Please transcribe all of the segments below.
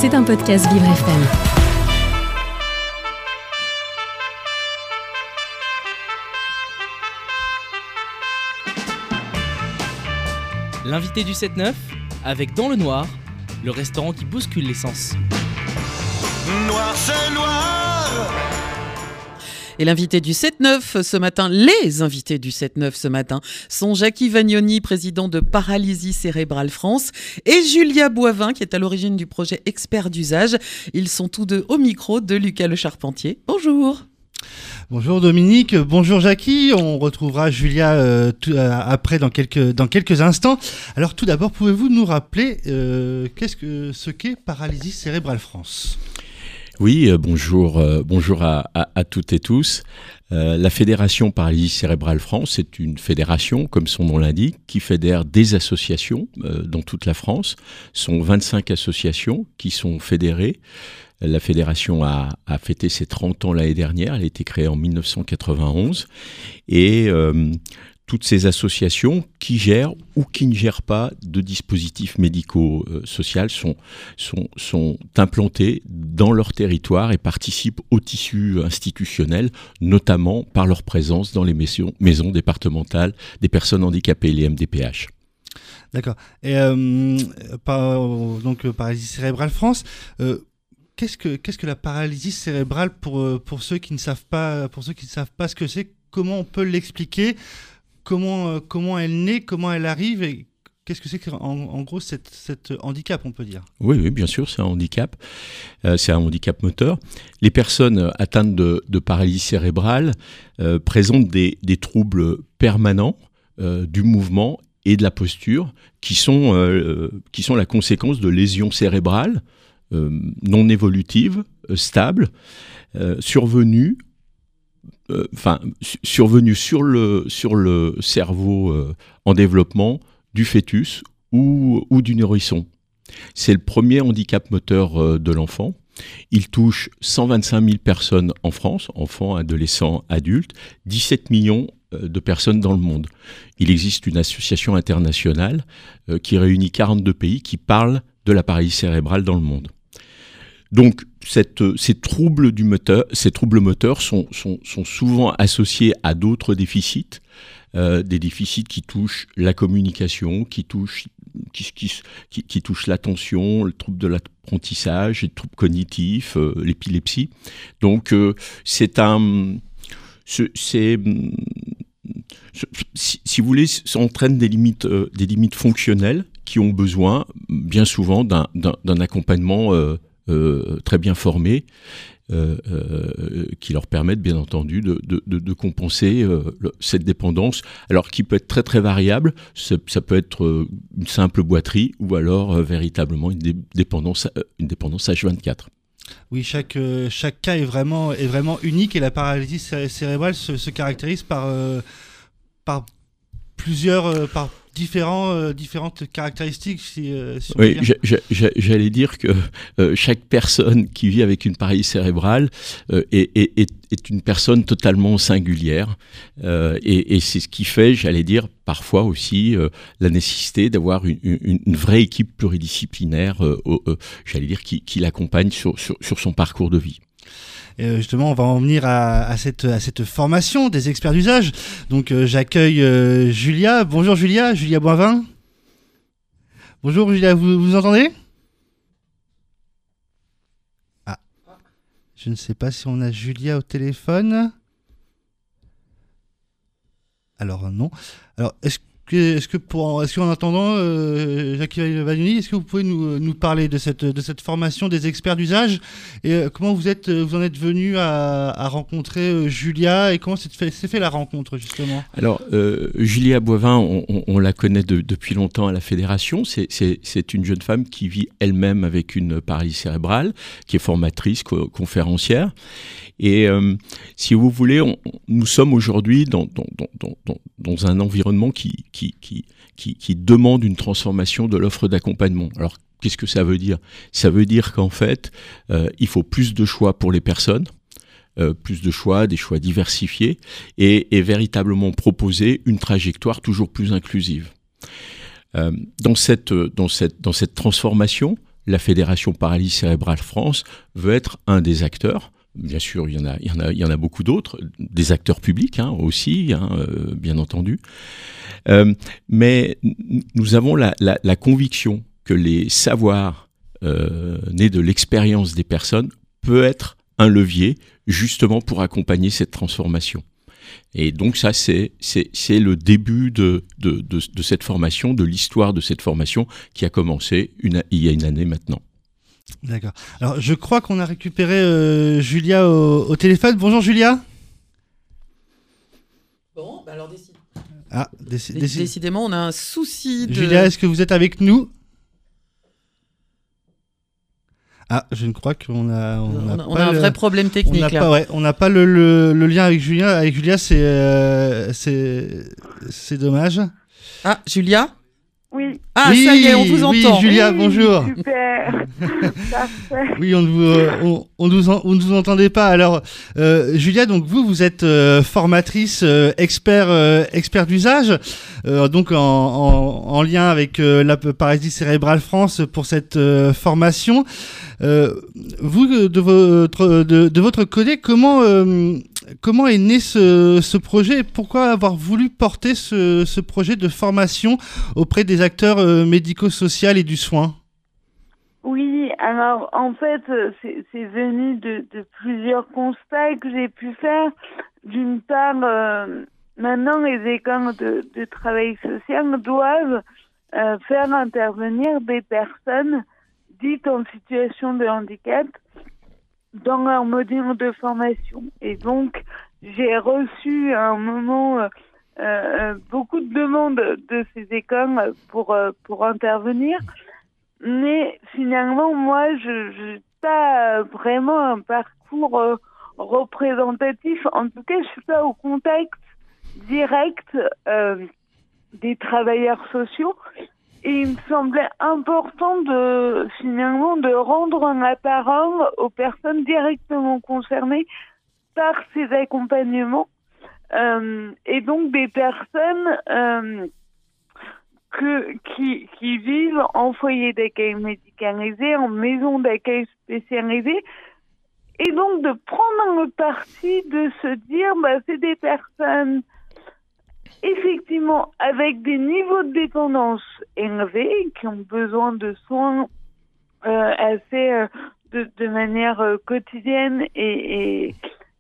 C'est un podcast Vivre FM. L'invité du 7-9, avec Dans le Noir, le restaurant qui bouscule les sens. Noir, c'est noir. Et l'invité du 7-9 ce matin, les invités du 7-9 ce matin sont Jackie Vagnoni, président de Paralysie Cérébrale France, et Julia Boivin, qui est à l'origine du projet Expert d'usage. Ils sont tous deux au micro de Lucas Le Charpentier. Bonjour. Bonjour Dominique, bonjour Jackie, on retrouvera Julia après dans quelques instants. Alors tout d'abord, pouvez-vous nous rappeler ce qu'est Paralysie Cérébrale France ? Oui, bonjour à toutes et tous. La Fédération Paralysie Cérébrale France est une fédération, comme son nom l'indique, qui fédère des associations dans toute la France. Ce sont 25 associations qui sont fédérées. La fédération a fêté ses 30 ans l'année dernière, elle a été créée en 1991 et toutes ces associations qui gèrent ou qui ne gèrent pas de dispositifs médicaux sociaux sont implantées dans leur territoire et participent au tissu institutionnel, notamment par leur présence dans les maisons départementales des personnes handicapées, les MDPH. D'accord. Et Paralysie Cérébrale France, qu'est-ce que la paralysie cérébrale pour ceux qui ne savent pas ce que c'est? Comment on peut l'expliquer? Comment elle naît? Comment elle arrive? Et qu'est-ce que c'est en gros cet handicap, on peut dire? Oui, bien sûr, c'est un handicap. C'est un handicap moteur. Les personnes atteintes de paralysie cérébrale présentent des troubles permanents du mouvement et de la posture qui sont la conséquence de lésions cérébrales non évolutives, stables, survenues sur le cerveau en développement du fœtus ou du nourrisson. C'est le premier handicap moteur de l'enfant. Il touche 125 000 personnes en France, enfants, adolescents, adultes, 17 millions de personnes dans le monde. Il existe une association internationale qui réunit 42 pays qui parlent de la paralysie cérébrale dans le monde. Donc, ces troubles moteurs sont souvent associés à d'autres déficits, des déficits qui touchent la communication, qui touchent l'attention, le trouble de l'apprentissage, les troubles cognitifs, l'épilepsie. Donc, si vous voulez, ça entraîne des limites fonctionnelles qui ont besoin, bien souvent, d'un accompagnement très bien formés, qui leur permettent bien entendu de compenser cette dépendance, alors qui peut être très très variable. Ça peut être une simple boiterie ou alors véritablement une dépendance H24. Oui, chaque cas est vraiment unique, et la paralysie cérébrale se caractérise par différentes caractéristiques. Oui, j'allais dire que chaque personne qui vit avec une paralysie cérébrale est une personne totalement singulière, et c'est ce qui fait, j'allais dire, parfois aussi la nécessité d'avoir une vraie équipe pluridisciplinaire, j'allais dire, qui l'accompagne sur son parcours de vie. Et justement, on va en venir à cette formation des experts d'usage. Donc, j'accueille Julia. Bonjour Julia Boivin. Bonjour Julia, vous entendez? Ah, je ne sais pas si on a Julia au téléphone. Alors non. Alors, est-ce qu'en attendant, Jackie Vagnoni, est-ce que vous pouvez nous parler de cette formation des experts d'usage, et comment vous en êtes venu à rencontrer Julia, et comment s'est fait la rencontre justement? Alors, Julia Boivin, on la connaît depuis longtemps à la Fédération. C'est une jeune femme qui vit elle-même avec une paralysie cérébrale, qui est formatrice, conférencière. Et si vous voulez, nous sommes aujourd'hui dans un environnement qui demande une transformation de l'offre d'accompagnement. Alors, qu'est-ce que ça veut dire? Ça veut dire qu'en fait, il faut plus de choix pour les personnes, plus de choix, des choix diversifiés, et véritablement proposer une trajectoire toujours plus inclusive. Dans cette transformation, la Fédération Paralysie Cérébrale France veut être un des acteurs. Bien sûr, il y en a beaucoup d'autres, des acteurs publics aussi, bien entendu. Mais nous avons la conviction que les savoirs nés de l'expérience des personnes peut être un levier justement pour accompagner cette transformation. Et donc ça, c'est le début de cette formation, de l'histoire de cette formation qui a commencé il y a une année maintenant. D'accord. Alors, je crois qu'on a récupéré Julia au téléphone. Bonjour Julia. Bon, alors décidément, on a un souci de... Julia, est-ce que vous êtes avec nous ? Ah, je ne crois qu'on a... On a un vrai problème technique on n'a pas le lien avec Julia. Avec Julia, c'est dommage. Ah, Julia ? Oui. Ah, oui, ça y est, on vous entend. Oui, Julia, bonjour. Super. Parfait. Oui, on ne vous entendait pas. Alors, Julia, donc vous êtes formatrice, expert d'usage, donc en lien avec la Paralysie Cérébrale France pour cette formation. Vous, de votre côté, comment est né ce projet et pourquoi avoir voulu porter ce projet de formation auprès des acteurs médico-sociaux et du soin ? Oui, alors en fait, c'est venu de plusieurs constats que j'ai pu faire. D'une part, maintenant, les écoles de travail social doivent faire intervenir des personnes dites en situation de handicap dans leur module de formation. Et donc, j'ai reçu à un moment beaucoup de demandes de ces écoles pour intervenir. Mais finalement, moi, je n'ai pas vraiment un parcours représentatif. En tout cas, je ne suis pas au contact direct des travailleurs sociaux. Et il me semblait important de rendre la parole aux personnes directement concernées par ces accompagnements. Et donc des personnes qui vivent en foyer d'accueil médicalisé, en maison d'accueil spécialisée. Et donc de prendre le parti de se dire, c'est des personnes effectivement avec des niveaux de dépendance élevés, qui ont besoin de soins assez de manière quotidienne et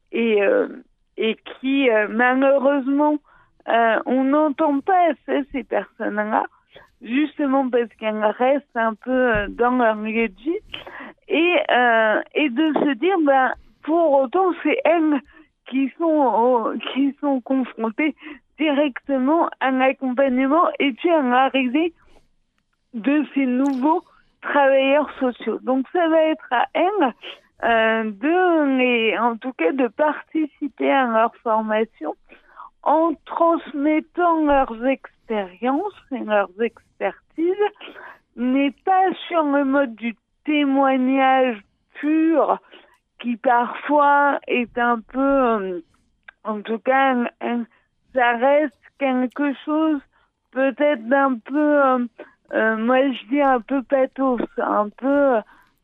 qui malheureusement on n'entend pas assez ces personnes-là, justement parce qu'elles restent un peu dans leur lieu de vie et de se dire pour autant c'est elles qui sont confrontées directement à l'accompagnement et puis à l'arrivée de ces nouveaux travailleurs sociaux. Donc ça va être à elles en tout cas de participer à leur formation en transmettant leurs expériences et leurs expertises, mais pas sur le mode du témoignage pur qui parfois est un peu, en tout cas, ça reste quelque chose peut-être d'un peu, moi je dis un peu pathos, un peu,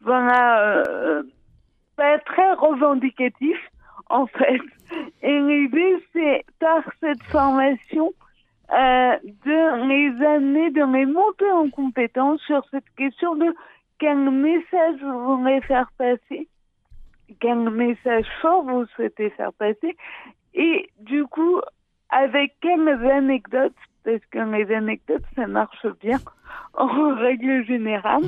pas très revendicatif en fait. Et l'idée c'est par cette formation de les amener, de les monter en compétence sur cette question de quel message vous voulez faire passer, quel message fort vous souhaitez faire passer, et du coup avec quelles anecdotes, parce que les anecdotes ça marche bien en règle générale,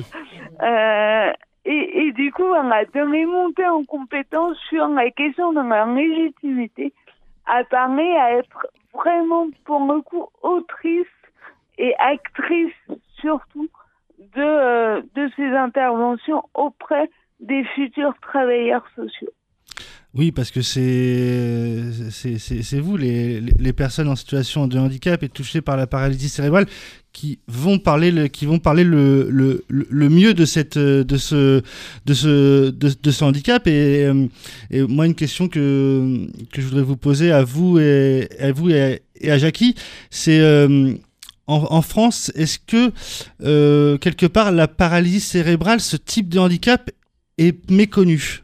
et du coup de les monter en compétence sur la question de leur légitimité, à parler, à être vraiment pour le coup autrice et actrice surtout de ces interventions auprès des futurs travailleurs sociaux. Oui, parce que c'est vous, les personnes en situation de handicap et touchées par la paralysie cérébrale, qui vont parler le mieux de ce handicap. Et moi, une question que je voudrais vous poser à vous et à Jackie, c'est en France, est-ce que quelque part la paralysie cérébrale, ce type de handicap, est méconnu?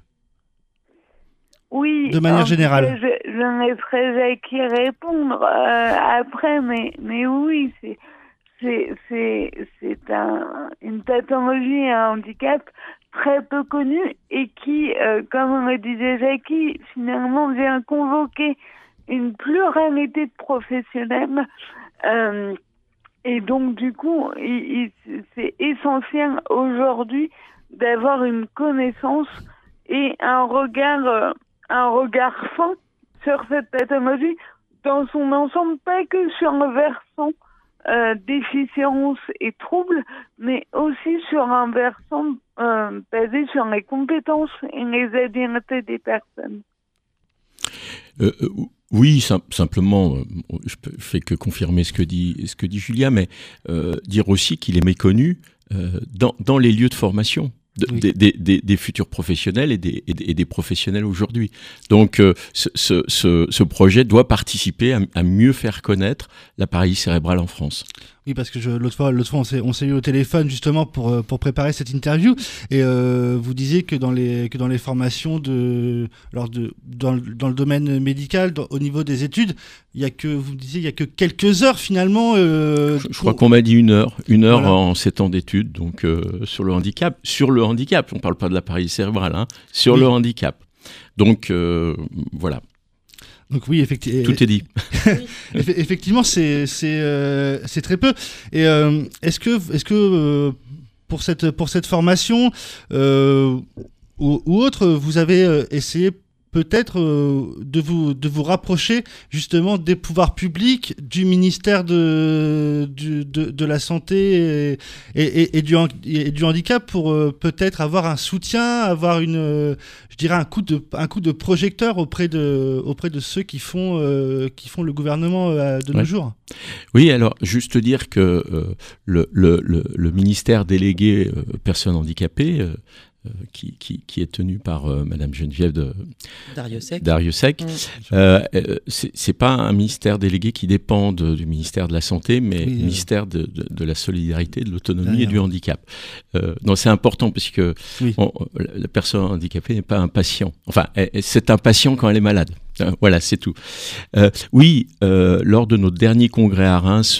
Oui, de manière générale. Je laisserai Jackie répondre après, mais oui, c'est une pathologie, un handicap très peu connu et qui, comme le disait Jackie, finalement vient convoquer une pluralité de professionnels. Et donc, du coup, c'est essentiel aujourd'hui d'avoir une connaissance et un regard fin sur cette pathologie dans son ensemble, pas que sur le versant déficience et troubles, mais aussi sur un versant basé sur les compétences et les habiletés des personnes. Oui, simplement, je fais que confirmer ce que dit Julia, mais dire aussi qu'il est méconnu dans les lieux de formation. Des futurs professionnels et des professionnels aujourd'hui. Donc ce projet doit participer à mieux faire connaître la paralysie cérébrale en France. Oui, parce que l'autre fois on s'est eu au téléphone justement pour préparer cette interview et vous disiez que dans les formations dans le domaine médical, au niveau des études, il y a que quelques heures finalement. Je crois qu'on m'a dit une heure voilà. En 7 ans d'études, donc sur le handicap. On parle pas de la paralysie cérébrale, hein, sur le handicap. Donc voilà. Donc oui, effectivement. Tout est dit. Effectivement, c'est très peu. Et est-ce que pour cette formation ou autre, vous avez essayé peut-être de vous rapprocher justement des pouvoirs publics, du ministère de la Santé et du handicap pour peut-être avoir un soutien, avoir un coup de projecteur auprès de ceux qui font le gouvernement de nos jours. Oui, alors juste dire que le ministère délégué personnes handicapées qui est tenue par Madame Geneviève Darrieussecq. C'est pas un ministère délégué qui dépend du ministère de la Santé, mais ministère de la solidarité, de l'autonomie et du handicap. Non, c'est important parce que la personne handicapée n'est pas un patient. Enfin, c'est un patient quand elle est malade. Voilà, c'est tout. Lors de notre dernier congrès à Reims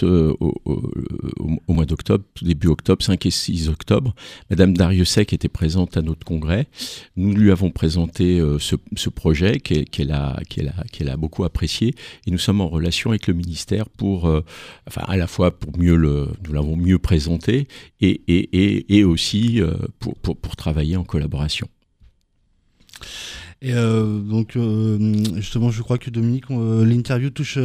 au mois d'octobre, début octobre, 5 et 6 octobre, Madame Darrieussecq était présente à notre congrès. Nous lui avons présenté ce projet qu'elle a beaucoup apprécié et nous sommes en relation avec le ministère pour, à la fois pour nous l'avons mieux présenté et aussi pour travailler en collaboration. Et justement, je crois que Dominique, l'interview touche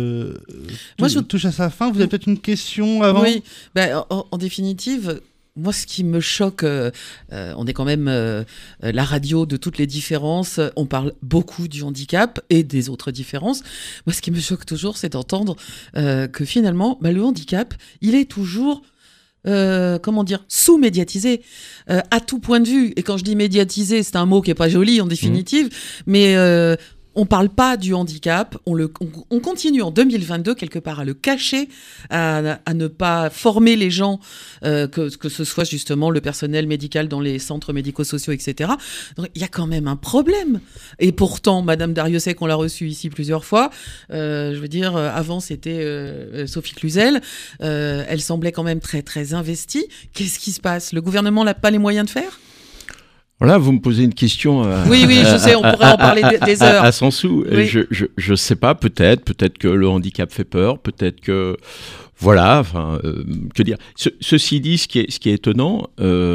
à sa fin. Vous avez peut-être une question avant? Oui, en définitive, moi, ce qui me choque, on est quand même la radio de toutes les différences. On parle beaucoup du handicap et des autres différences. Moi, ce qui me choque toujours, c'est d'entendre que finalement, le handicap, il est toujours sous-médiatisé à tout point de vue. Et quand je dis médiatisé, c'est un mot qui est pas joli en définitive, mais on parle pas du handicap, on continue en 2022 quelque part à le cacher, à ne pas former les gens, que ce soit justement le personnel médical dans les centres médico-sociaux, etc. Donc il y a quand même un problème. Et pourtant, Madame Darrieussecq, on l'a reçue ici plusieurs fois. Avant c'était Sophie Cluzel. Elle semblait quand même très très investie. Qu'est-ce qui se passe? Le gouvernement n'a pas les moyens de faire? Voilà, vous me posez une question. Oui, je sais, on pourrait en parler des heures. À 100 sous. Oui. Je sais pas, peut-être que le handicap fait peur, peut-être que, voilà, que dire. Ceci dit, ce qui est étonnant,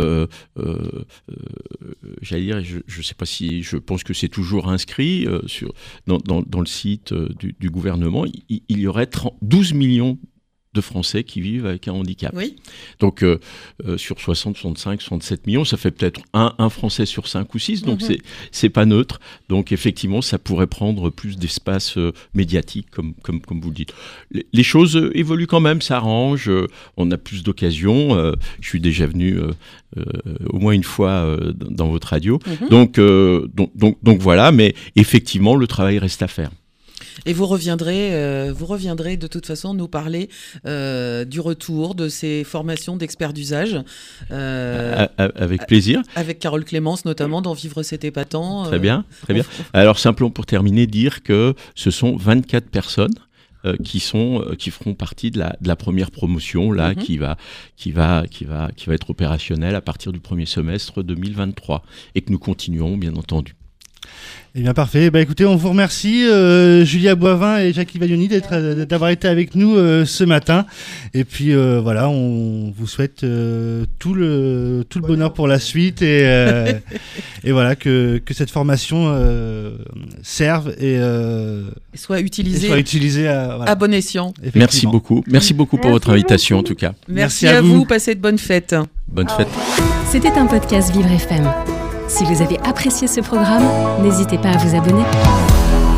j'allais dire, je sais pas si, je pense que c'est toujours inscrit dans le site du gouvernement, il y aurait 12 millions de Français qui vivent avec un handicap. Oui. Donc, sur 60, 65, 67 millions, ça fait peut-être un Français sur 5 ou 6, donc c'est pas neutre. Donc, effectivement, ça pourrait prendre plus d'espace médiatique, comme vous le dites. Les choses évoluent quand même, s'arrangent, on a plus d'occasions. Je suis déjà venu au moins une fois dans votre radio. Donc voilà, mais effectivement, le travail reste à faire. Et vous reviendrez de toute façon nous parler du retour de ces formations d'experts d'usage. Avec plaisir. Avec Carole Clémence notamment, dans Vivre c'est épatant. Très bien. Alors simplement pour terminer, dire que ce sont 24 personnes qui feront partie de la première promotion là, qui va être opérationnelle à partir du premier semestre 2023 et que nous continuons bien entendu. Eh bien parfait, écoutez, on vous remercie Julia Boivin et Jackie Vaglioni d'avoir été avec nous ce matin, et puis voilà, on vous souhaite tout le bonheur pour la suite, et voilà, que cette formation serve et soit utilisée à bon escient. Merci beaucoup pour votre invitation en tout cas. Merci à vous, passez de bonnes fêtes. Bonne fête. C'était un podcast Vivre FM. Si vous avez apprécié ce programme, n'hésitez pas à vous abonner.